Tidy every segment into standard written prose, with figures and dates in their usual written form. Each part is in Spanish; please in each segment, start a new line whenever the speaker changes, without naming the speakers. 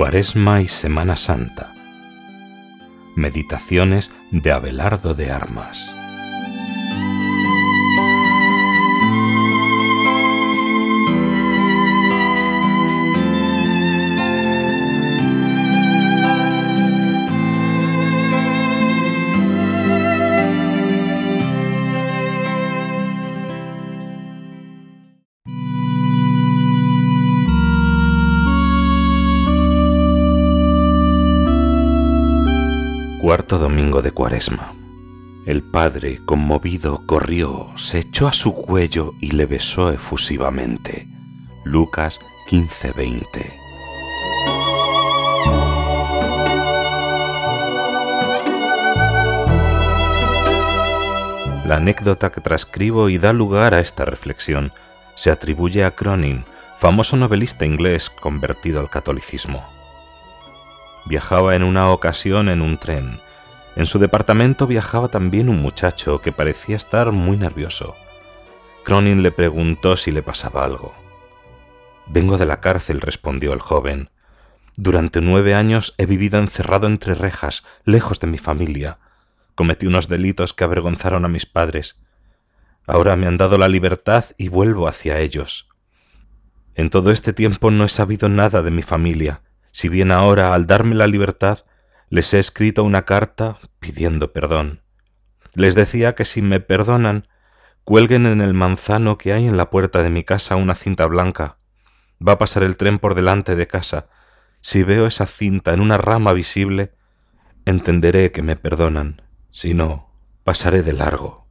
Cuaresma y Semana Santa. Meditaciones de Abelardo de Armas. Cuarto domingo de Cuaresma. El padre, conmovido, corrió, se echó a su cuello y le besó efusivamente. Lucas 15:20. La anécdota que transcribo y da lugar a esta reflexión se atribuye a Cronin, famoso novelista inglés convertido al catolicismo. Viajaba en una ocasión en un tren. En su departamento viajaba también un muchacho que parecía estar muy nervioso. Cronin le preguntó si le pasaba algo. «Vengo de la cárcel», respondió el joven. «Durante 9 años he vivido encerrado entre rejas, lejos de mi familia. Cometí unos delitos que avergonzaron a mis padres. Ahora me han dado la libertad y vuelvo hacia ellos. En todo este tiempo no he sabido nada de mi familia. Si bien ahora, al darme la libertad, les he escrito una carta pidiendo perdón. Les decía que si me perdonan, cuelguen en el manzano que hay en la puerta de mi casa una cinta blanca. Va a pasar el tren por delante de casa. Si veo esa cinta en una rama visible, entenderé que me perdonan. Si no, pasaré de largo.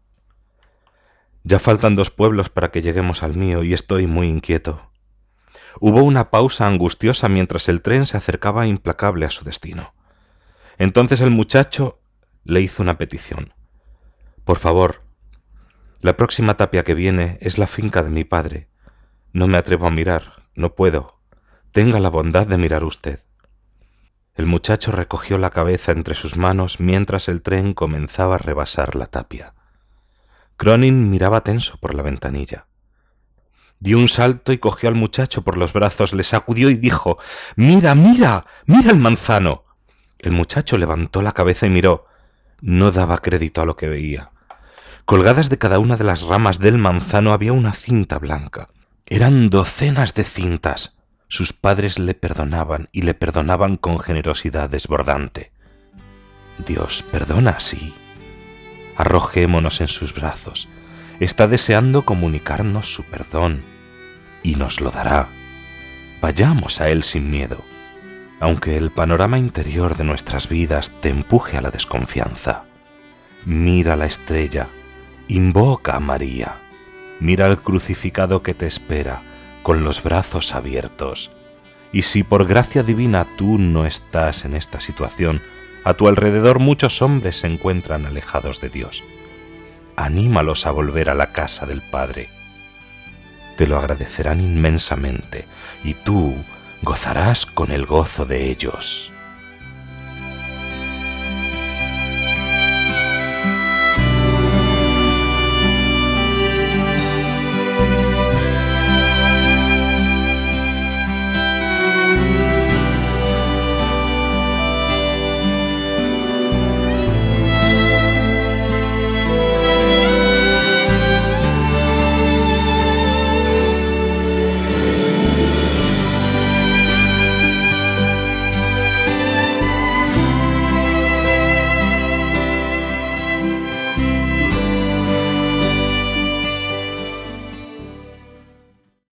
Ya faltan 2 pueblos para que lleguemos al mío y estoy muy inquieto». Hubo una pausa angustiosa mientras el tren se acercaba implacable a su destino. Entonces el muchacho le hizo una petición. «Por favor, la próxima tapia que viene es la finca de mi padre. No me atrevo a mirar, no puedo. Tenga la bondad de mirar usted». El muchacho recogió la cabeza entre sus manos mientras el tren comenzaba a rebasar la tapia. Cronin miraba tenso por la ventanilla. Dio un salto y cogió al muchacho por los brazos, le sacudió y dijo: «¡Mira, mira! ¡Mira el manzano!». El muchacho levantó la cabeza y miró. No daba crédito a lo que veía. Colgadas de cada una de las ramas del manzano había una cinta blanca. Eran docenas de cintas. Sus padres le perdonaban y le perdonaban con generosidad desbordante. Dios perdona así. Arrojémonos en sus brazos. Está deseando comunicarnos su perdón, y nos lo dará. Vayamos a Él sin miedo, aunque el panorama interior de nuestras vidas te empuje a la desconfianza. Mira la estrella, invoca a María, mira al crucificado que te espera, con los brazos abiertos. Y si por gracia divina tú no estás en esta situación, a tu alrededor muchos hombres se encuentran alejados de Dios. Anímalos a volver a la casa del Padre. Te lo agradecerán inmensamente y tú gozarás con el gozo de ellos.